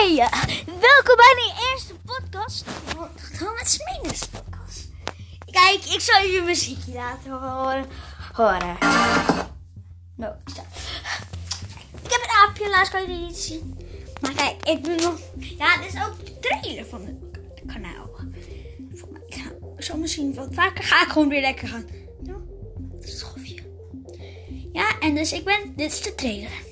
Welkom bij die eerste podcast van het Smeders podcast. Kijk, ik zal je muziekje laten horen. Nou, ik heb een aapje, laatst kan je die niet zien. Maar kijk, ik doe nog... Ja, dit is ook de trailer van het kanaal. Zo misschien wat vaker ga ik gewoon weer lekker gaan. Nou, dat is het schofje. Ja, en dus dit is de trailer.